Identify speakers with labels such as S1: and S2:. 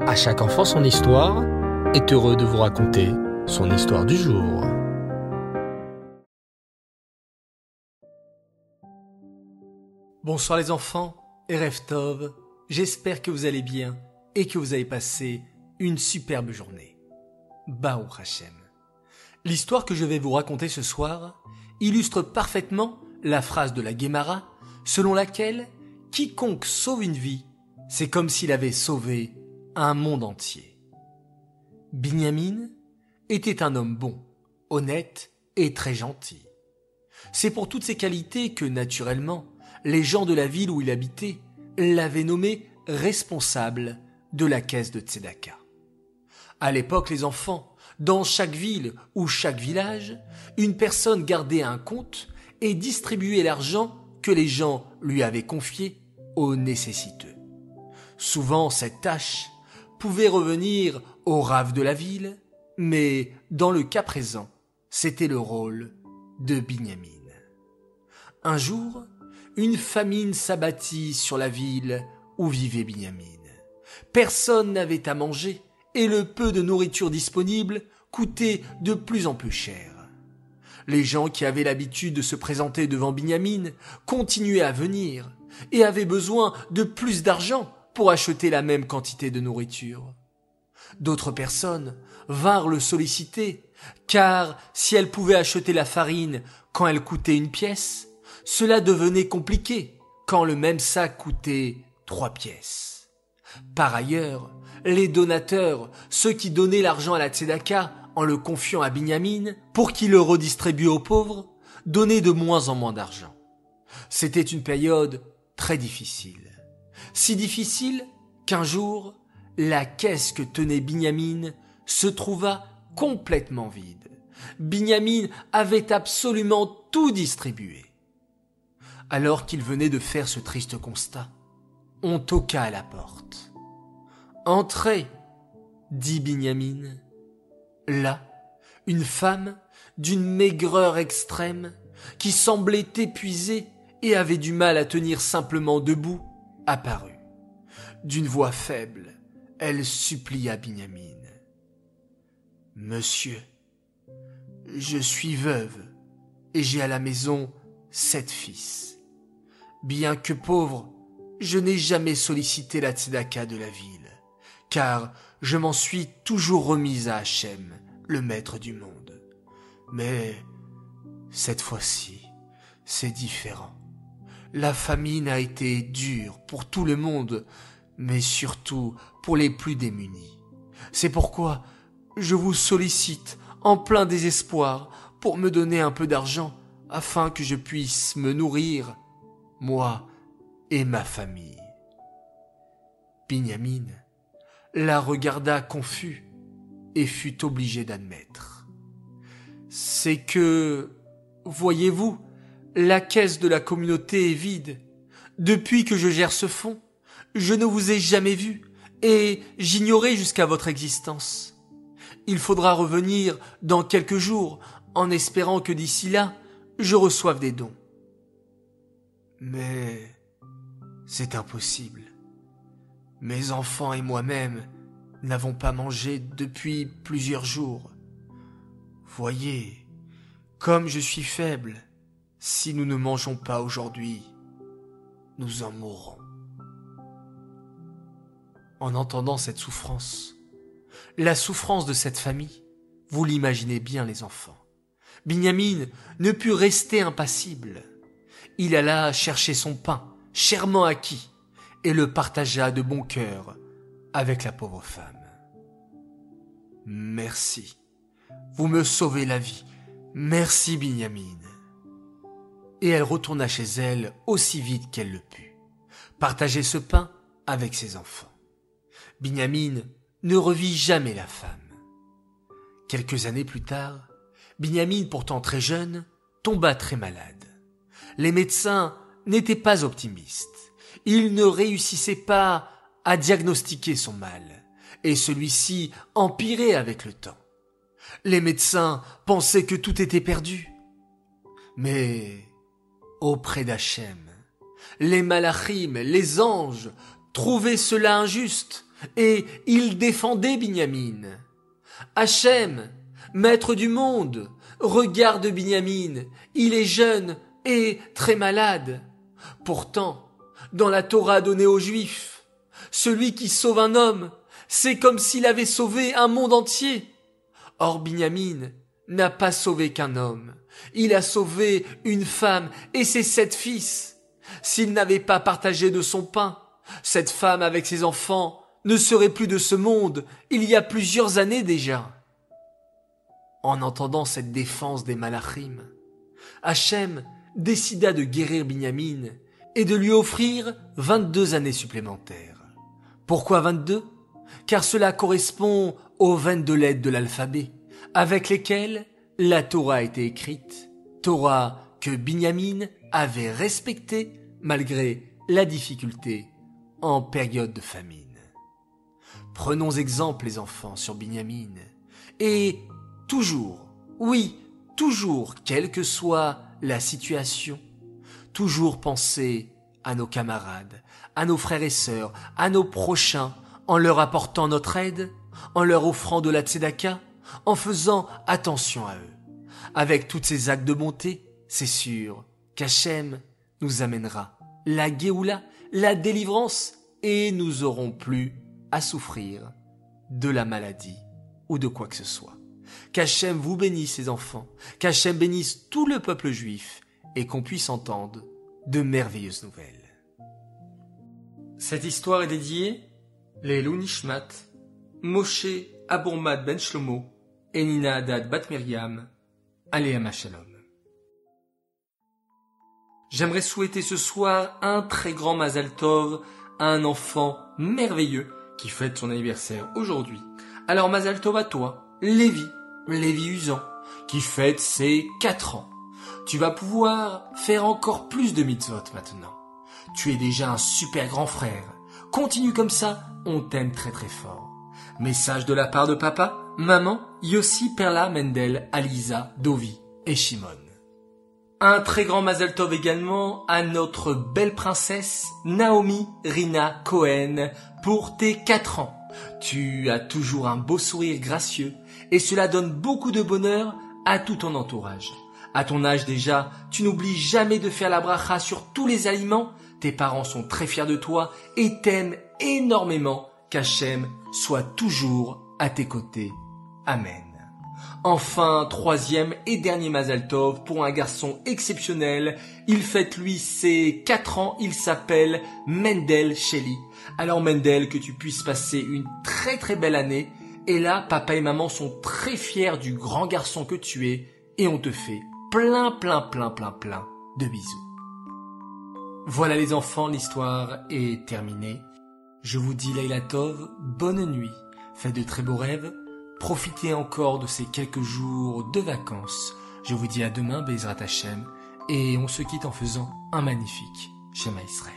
S1: À chaque enfant son histoire est heureux de vous raconter son histoire du jour.
S2: Bonsoir les enfants, Erev Tov, j'espère que vous allez bien et que vous avez passé une superbe journée. Baruch Hashem. L'histoire que je vais vous raconter ce soir illustre parfaitement la phrase de la Guémara selon laquelle quiconque sauve une vie, c'est comme s'il avait sauvé un monde entier. Binyamin était un homme bon, honnête et très gentil. C'est pour toutes ces qualités que, naturellement, les gens de la ville où il habitait l'avaient nommé responsable de la caisse de Tzedaka. À l'époque, les enfants, dans chaque ville ou chaque village, une personne gardait un compte et distribuait l'argent que les gens lui avaient confié aux nécessiteux. Souvent, cette tâche pouvait revenir au rave de la ville, mais dans le cas présent, c'était le rôle de Binyamin. Un jour, une famine s'abattit sur la ville où vivait Binyamin. Personne n'avait à manger et le peu de nourriture disponible coûtait de plus en plus cher. Les gens qui avaient l'habitude de se présenter devant Binyamin continuaient à venir et avaient besoin de plus d'argent pour acheter la même quantité de nourriture. D'autres personnes vinrent le solliciter, car si elles pouvaient acheter la farine quand elle coûtait une pièce, cela devenait compliqué quand le même sac coûtait 3 pièces. Par ailleurs, les donateurs, ceux qui donnaient l'argent à la Tzedaka en le confiant à Binyamin pour qu'il le redistribue aux pauvres, donnaient de moins en moins d'argent. C'était une période très difficile. Si difficile qu'un jour, la caisse que tenait Binyamin se trouva complètement vide. Binyamin avait absolument tout distribué. Alors qu'il venait de faire ce triste constat, on toqua à la porte. « Entrez !» dit Binyamin. Là, une femme d'une maigreur extrême, qui semblait épuisée et avait du mal à tenir simplement debout, apparut. D'une voix faible, elle supplia Binyamin. « Monsieur, je suis veuve et j'ai à la maison 7 fils. Bien que pauvre, je n'ai jamais sollicité la tzedaka de la ville, car je m'en suis toujours remise à Hachem, le maître du monde. Mais cette fois-ci, c'est différent. La famine a été dure pour tout le monde, mais surtout pour les plus démunis. C'est pourquoi je vous sollicite en plein désespoir pour me donner un peu d'argent afin que je puisse me nourrir, moi et ma famille. » Binyamin la regarda confus et fut obligé d'admettre. « C'est que, voyez-vous, la caisse de la communauté est vide. Depuis que je gère ce fonds, je ne vous ai jamais vu et j'ignorais jusqu'à votre existence. Il faudra revenir dans quelques jours en espérant que d'ici là, je reçoive des dons. » « Mais c'est impossible. Mes enfants et moi-même n'avons pas mangé depuis plusieurs jours. Voyez, comme je suis faible, si nous ne mangeons pas aujourd'hui, nous en mourrons. » En entendant cette souffrance, la souffrance de cette famille, vous l'imaginez bien les enfants, Binyamin ne put rester impassible. Il alla chercher son pain, chèrement acquis, et le partagea de bon cœur avec la pauvre femme. « Merci, vous me sauvez la vie. Merci Binyamin. » Et elle retourna chez elle aussi vite qu'elle le put, partager ce pain avec ses enfants. Binyamin ne revit jamais la femme. Quelques années plus tard, Binyamin, pourtant très jeune, tomba très malade. Les médecins n'étaient pas optimistes. Ils ne réussissaient pas à diagnostiquer son mal, et celui-ci empirait avec le temps. Les médecins pensaient que tout était perdu. Mais auprès d'Hachem, les malachim, les anges, trouvaient cela injuste et il défendait Binyamin. Hachem, maître du monde, regarde Binyamin, il est jeune et très malade. Pourtant, dans la Torah donnée aux Juifs, celui qui sauve un homme, c'est comme s'il avait sauvé un monde entier. Or Binyamin n'a pas sauvé qu'un homme, il a sauvé une femme et ses 7 fils. S'il n'avait pas partagé de son pain, cette femme avec ses enfants ne serait plus de ce monde il y a plusieurs années déjà. En entendant cette défense des Malachim, Hachem décida de guérir Binyamin et de lui offrir 22 années supplémentaires. Pourquoi 22 ? Car cela correspond aux 22 lettres de l'alphabet, avec lesquelles la Torah a été écrite, Torah que Binyamin avait respectée malgré la difficulté en période de famine. Prenons exemple les enfants sur Binyamin, et toujours, oui, toujours, quelle que soit la situation, toujours penser à nos camarades, à nos frères et sœurs, à nos prochains, en leur apportant notre aide, en leur offrant de la tzedaka, en faisant attention à eux. Avec tous ces actes de bonté, c'est sûr qu'Hachem nous amènera la Géoula, la délivrance, et nous aurons plus à souffrir de la maladie ou de quoi que ce soit. Qu'Hachem vous bénisse les enfants, qu'Hachem bénisse tout le peuple juif et qu'on puisse entendre de merveilleuses nouvelles. Cette histoire est dédiée Leilou Nishmat, Moshe Abourmad Ben Shlomo et Nina Haddad Bat Miriam, Aléama Shalom. J'aimerais souhaiter ce soir un très grand Mazal Tov à un enfant merveilleux qui fête son anniversaire aujourd'hui. Alors Mazal Tov à toi, Lévi Usan, qui fête ses 4 ans. Tu vas pouvoir faire encore plus de mitzvot maintenant. Tu es déjà un super grand frère. Continue comme ça, on t'aime très très fort. Message de la part de papa, maman, Yossi, Perla, Mendel, Aliza, Dovi et Shimon. Un très grand Mazal Tov également à notre belle princesse Naomi Rina Cohen pour tes 4 ans. Tu as toujours un beau sourire gracieux et cela donne beaucoup de bonheur à tout ton entourage. À ton âge déjà, tu n'oublies jamais de faire la bracha sur tous les aliments. Tes parents sont très fiers de toi et t'aiment énormément. Qu'Hachem soit toujours à tes côtés. Amen. Enfin, 3e et dernier Mazal Tov pour un garçon exceptionnel. Il fête lui ses 4 ans, il s'appelle Mendel Sheli. Alors Mendel, que tu puisses passer une très très belle année. Et là, papa et maman sont très fiers du grand garçon que tu es. Et on te fait plein de bisous. Voilà les enfants, l'histoire est terminée. Je vous dis Laila Tov, bonne nuit, faites de très beaux rêves. Profitez encore de ces quelques jours de vacances. Je vous dis à demain, Bezrat Hashem, et on se quitte en faisant un magnifique Shema Israël.